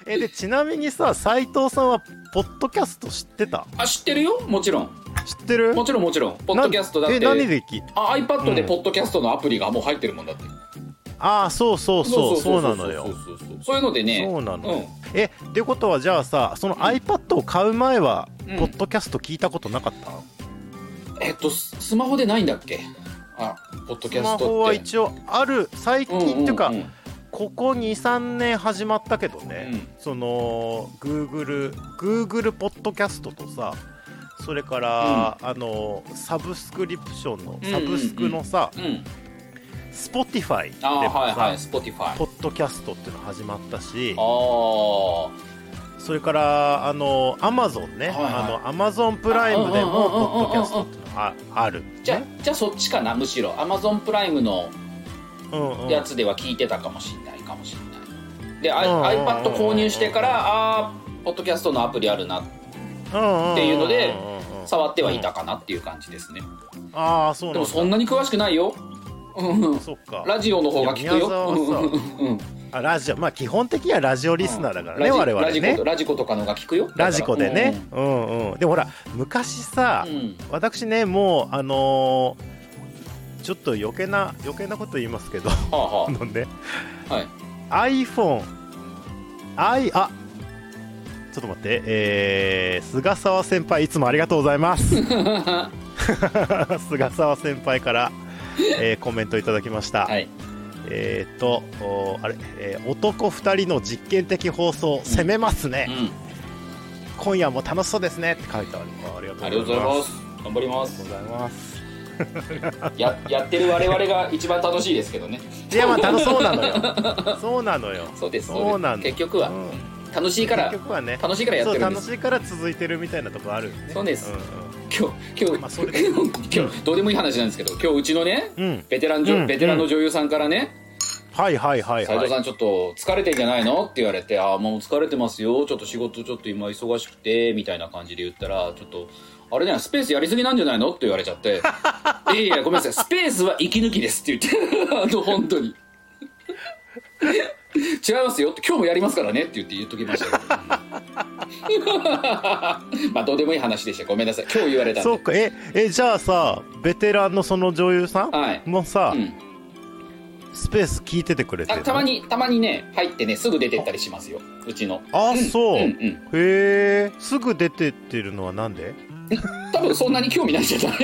でちなみにさ、斉藤さんはポッドキャスト知ってた？ 知ってるよ、もちろん。 知ってる？ もちろんポッドキャストだって。 何で聞いた ？iPad でポッドキャストのアプリがもう入ってるもんだって。 そうなのよ。 そういうのでね。 そうなの。ってことはじゃあさ、その iPad を買う前はポッドキャスト聞いたことなかった？ スマホでないんだっけ？ポッドキャストって。スマホは一応ある、最近っていうか、ここ 2,3 年始まったけどね、その Google ポッドキャストとさ、それから、サブスクリプションのサブスクのさ、Spotify でもさ、 Spotify ポッドキャストっていうの始まったし、それからAmazon ね、Amazon プライムでもポッドキャストっていうのがある。 じゃあそっちかな、むしろ Amazon プライムのやつでは聞いてたかもしれないで、iPad 購入してからポッドキャストのアプリあるなっていうので触ってはいたかなっていう感じですね。 そうなんだ。 でもそんなに詳しくないよ。 そっか。 ラジオの方が聞くよ。 ラジオ、基本的にはラジオリスナーだからね、我々ね。 ラジコとかのが聞くよ。 ラジコでね。でもほら、昔さ、私ね、もうちょっと余計なこと言いますけど、iPhone、ちょっと待って、菅沢先輩いつもありがとうございます。菅沢先輩から、コメントいただきました。男2人の実験的放送、攻めますね。今夜も楽しそうですねって書いてある。ありがとうございます。 頑張ります。やってる我々が一番楽しいですけどね。 いや、そうなのよ。そうなのよ。 そうです。結局は楽しいからやってるんです。 楽しいから続いてるみたいなところあるね。 そうです。今日どうでもいい話なんですけど、今日うちのね、ベテランの女優さんからね、斉藤さんちょっと疲れてんじゃないのって言われて、もう疲れてますよ、ちょっと仕事ちょっと今忙しくてみたいな感じで言ったら、ちょっとあれね、スペースやりすぎなんじゃないのって言われちゃって、いやごめんなさい、スペースは息抜きですって言って本当に違いますよって、今日もやりますからねって言っときましたけどどうでもいい話でした。ごめんなさい、今日言われたんで。 そうか。じゃあさ、ベテランのその女優さんもさ、スペース聞いててくれてるの？ たまにね、入ってね、すぐ出てったりしますよ、うちの。 そう。へえ。すぐ出てってるのはなんで？ 多分そんなに興味ないじゃない。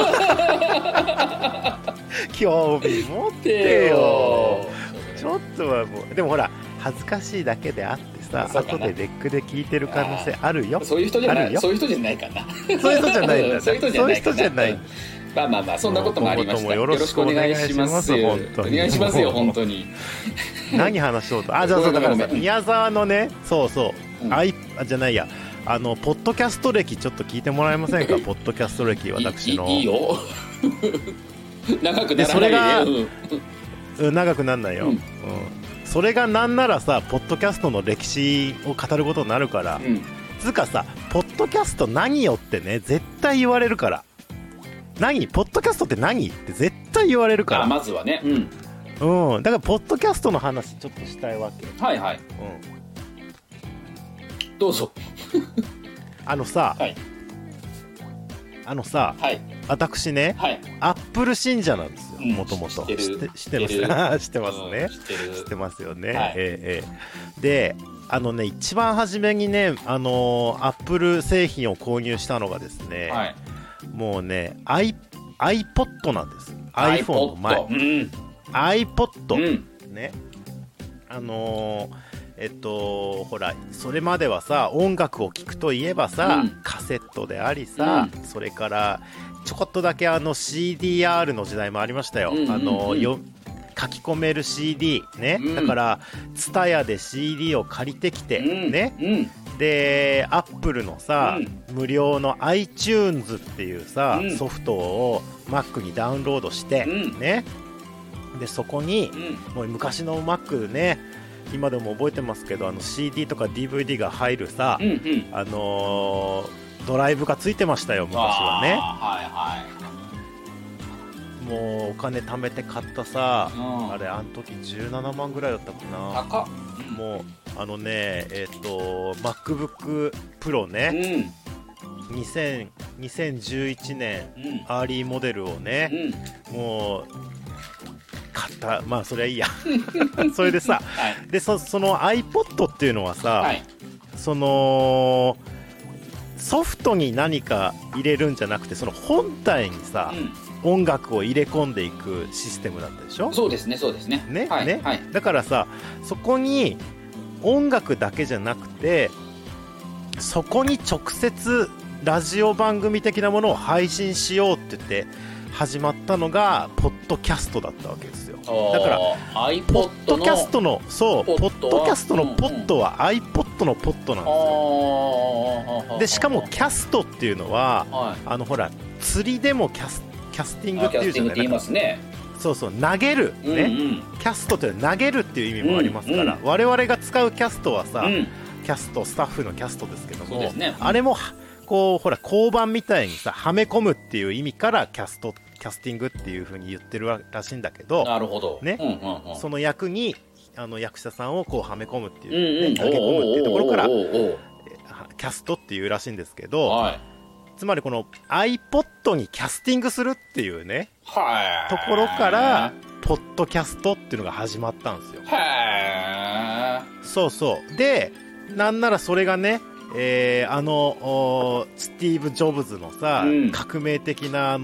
興味持ってよ。ちょっとはもう、でもほら、恥ずかしいだけであってさ、後でレックで聞いてる可能性あるよ。 そういう人じゃないかな。 そういう人じゃないんだ。そういう人じゃない。 そんなこともありました。よろしくお願いします。お願いしますよ、本当に。 何話そうと。じゃあだからさ、宮沢のね、じゃないや、ポッドキャスト歴ちょっと聞いてもらえませんか？ポッドキャスト歴、私の。 いいよ。長くならないで。 長くなんないよ。それがなんならさ、ポッドキャストの歴史を語ることになるから。つうかさ、ポッドキャスト何よってね、絶対言われるから。ポッドキャストって何って絶対言われるから。 まずはね。 だからポッドキャストの話ちょっとしたいわけ。 どうぞ。 私ね、アップル信者なんですよ、もともと。知ってますね。知ってますよね。で、一番初めにね、アップル製品を購入したのがですね、もうね、iPod なんです。iPhone の前。iPod。ね。ほら、それまではさ、音楽を聴くといえばさ、カセットでありさ、それからちょこっとだけCDR の時代もありましたよ。書き込める CD ね。だからTSUTAYAで CD を借りてきてね。で、アップルのさ、無料の iTunes っていうさ、ソフトを Mac にダウンロードしてね。で、そこにもう昔の Mac ね、今でも覚えてますけど、CD とか DVD が入るさ、ドライブがついてましたよ、昔はね。もうお金貯めて買ったさ、あれあの時17万ぐらいだったかな。もう MacBook Pro ね、2011年、アーリーモデルをね、もう買った。まあそれはいいやそれでさ、でその iPod っていうのはさ、そのソフトに何か入れるんじゃなくて、その本体にさ、音楽を入れ込んでいくシステムだったでしょ。 そうですね。 だからさ、そこに音楽だけじゃなくて、そこに直接ラジオ番組的なものを配信しようって言って始まったのがポッドキャストだったわけですよ。だからポッドキャストのポッドキャストのポットは iPod のポットなんですよ。でしかもキャストっていうのは、ほら釣りでもキャスティングっていうじゃないですか。そうそう、投げるね、キャストって投げるっていう意味もありますから、我々が使うキャストはさ、キャストスタッフのキャストですけども、あれもこうほら交番みたいにさ、はめ込むっていう意味からキャスティングっていう風に言ってるらしいんだけど、 なるほどね、 その役に役者さんをこうはめ込むっていう、投げ込むっていうところからキャストっていうらしいんですけど、つまりこの iPod にキャスティングするっていうね、ところからポッドキャストっていうのが始まったんですよ。そうそうで、なんならそれがね、スティーブ・ジョブズのさ、革命的な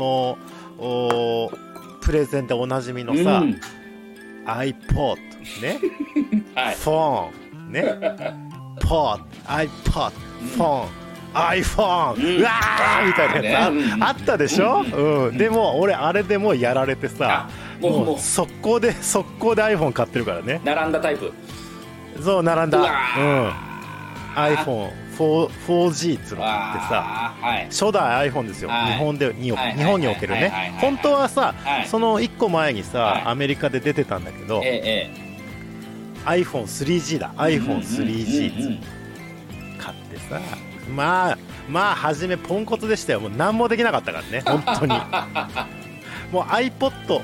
プレゼンでおなじみのさ、iPod ねフォンねポッ iPod フォンiPhone、うわーみたいなやつあったでしょ、でも俺あれでもうやられてさ、もう速攻で iPhone 買ってるからね。 並んだタイプ。 そう並んだ、iPhone4G っつうのがあってさ、初代 iPhone ですよ、日本におけるね。本当はさ、その1個前にさ、アメリカで出てたんだけど、iPhone3G だ、iPhone3G 買ってさ、まあ初めポンコツでしたよ。もう何もできなかったからね、本当にもう iPod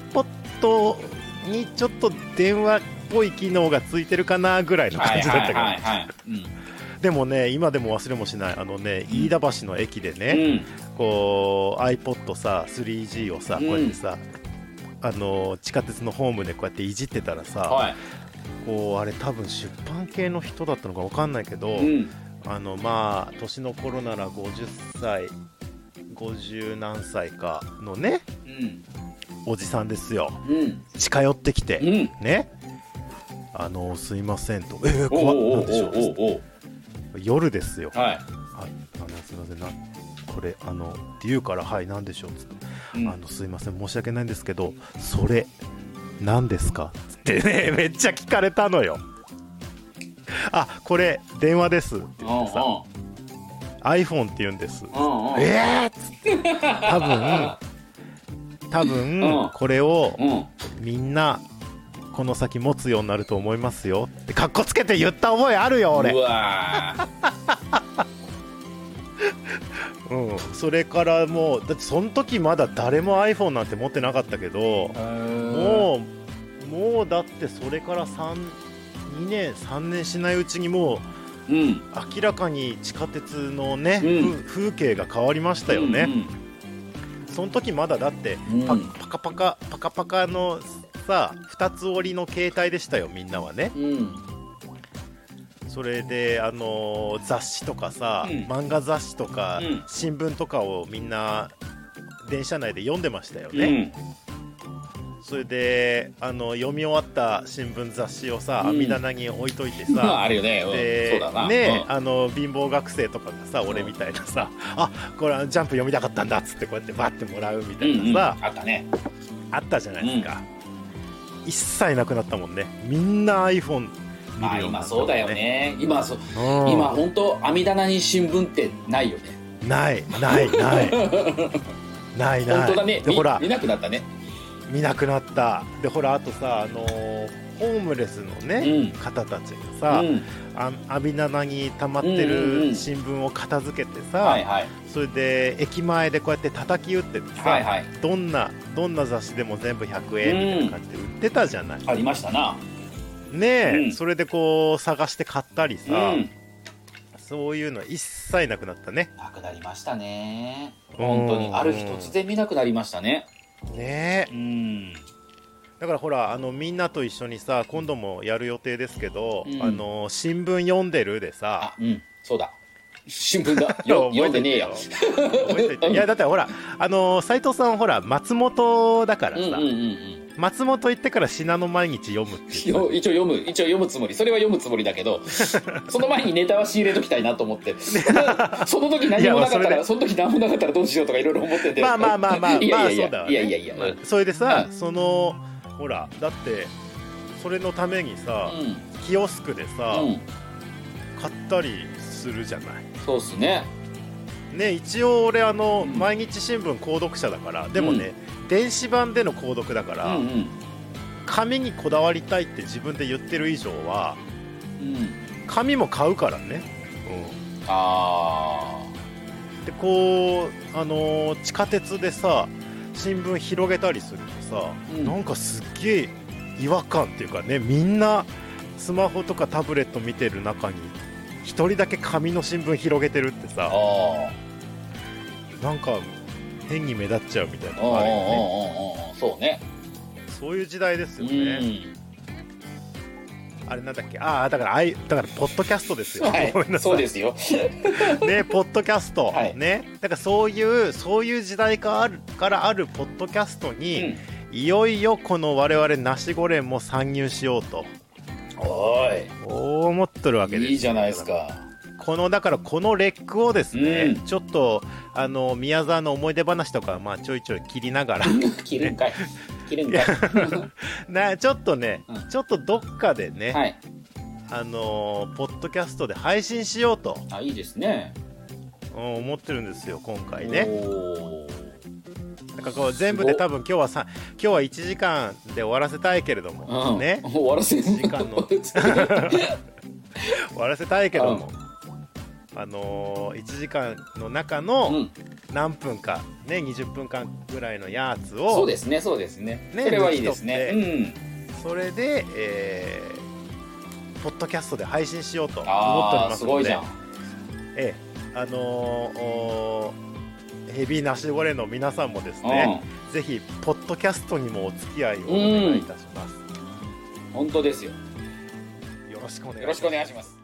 にちょっと電話っぽい機能がついてるかなぐらいの感じだったから、でもね、今でも忘れもしない、飯田橋の駅でね、こう iPod さ 3G をさ、こうやってさ、地下鉄のホームでこうやっていじってたらさ、こうあれ多分出版系の人だったのか分かんないけど、まあ年の頃なら50歳50何歳かのね、おじさんですよ、近寄ってきて、ね、すいませんと、怖っ、なんでしょう、夜ですよ、すいません、これって言うから、はい、なんでしょうつって、すいません申し訳ないんですけど、それ何ですかってね、めっちゃ聞かれたのよ。これ電話ですって言ってさ、iPhone って言うんです。っつって多分これをみんなこの先持つようになると思いますよってカッコつけて言った覚えあるよ俺。それからもうだってその時まだ誰も iPhone なんて持ってなかったけど、もうだってそれから3年しないうちにもう、明らかに地下鉄のね、風景が変わりましたよね。その時まだだってパカパカのさ2つ折りの携帯でしたよ、みんなはね。それで雑誌とかさ、漫画雑誌とか、新聞とかをみんな電車内で読んでましたよね。それで読み終わった新聞雑誌をさ、網棚に置いといてさ、 あるよね。 でね、貧乏学生とかがさ、俺みたいなさ、これはジャンプ読みたかったんだっつってこうやってバッてもらうみたいなさ、 あったね、 あったじゃないですか。一切なくなったもんね。みんな iPhone 見るようになったもんね。今そうだよね。今本当網棚に新聞ってないよね。ない本当だね。見なくなったね。 見なくなった。でほら、あとさ、ホームレスのね、方たちがさ、網棚に溜まってる新聞を片付けてさ、それで駅前でこうやって叩き打っててさ、どんな雑誌でも全部100円みたいな感じで売ってたじゃない。 ありましたな。 ねえ、それでこう探して買ったりさ、そういうの一切なくなったね。 なくなりましたね。本当にある日突然見なくなりましたね。 ねえ。だからほらみんなと一緒にさ今度もやる予定ですけど、新聞読んでるでさ、 そうだ新聞だ読んでねえよいやだってほら斉藤さんほら松本だからさ、松本行ってから信濃毎日読むっていう。 一応読むつもり、それは読むつもりだけどその前にネタは仕入れときたいなと思ってその時何もなかったらその時何もなかったらどうしようとかいろいろ思ってて、 まあそうだわね。 いや、 それでさ、ほらだってそれのためにさ、キオスクでさ、買ったりするじゃない。 そうっすね。 一応俺毎日新聞購読者だから、でもね、電子版での購読だから、紙にこだわりたいって自分で言ってる以上は、紙も買うからね。でこう地下鉄でさ新聞広げたりするとさ、なんかすっげえ違和感っていうかね、みんなスマホとかタブレット見てる中に一人だけ紙の新聞広げてるってさ、なんか変に目立っちゃうみたいなのがあるよね。 そうね。 そういう時代ですよね。あれなんだっけ、だからポッドキャストですよ。 そうですよね、ポッドキャスト、ね、だからそういう時代からあるポッドキャストに、いよいよこの我々ナシゴレンも参入しようと思っとるわけです。 いいじゃないですか。 だからこのレックをですね、ちょっと宮沢の思い出話とかちょいちょい切りながら切るんかいちょっとね、ちょっとどっかでね、ポッドキャストで配信しようと。 いいですね。 思ってるんですよ今回ね。なんかこう全部で多分今日は1時間で終わらせたいけれども、ね、 終わらせ 1時間の終わらせたいけども、1時間の中の何分かね、20分間ぐらいのやつを、 そうですねそれはいいですね。 それで、ポッドキャストで配信しようと思っておりますので、 すごいじゃん。 ヘビーナシゴレンの皆さんもですね、ぜひポッドキャストにもお付き合いをお願いいたします。 本当ですよ。 よろしくお願いします。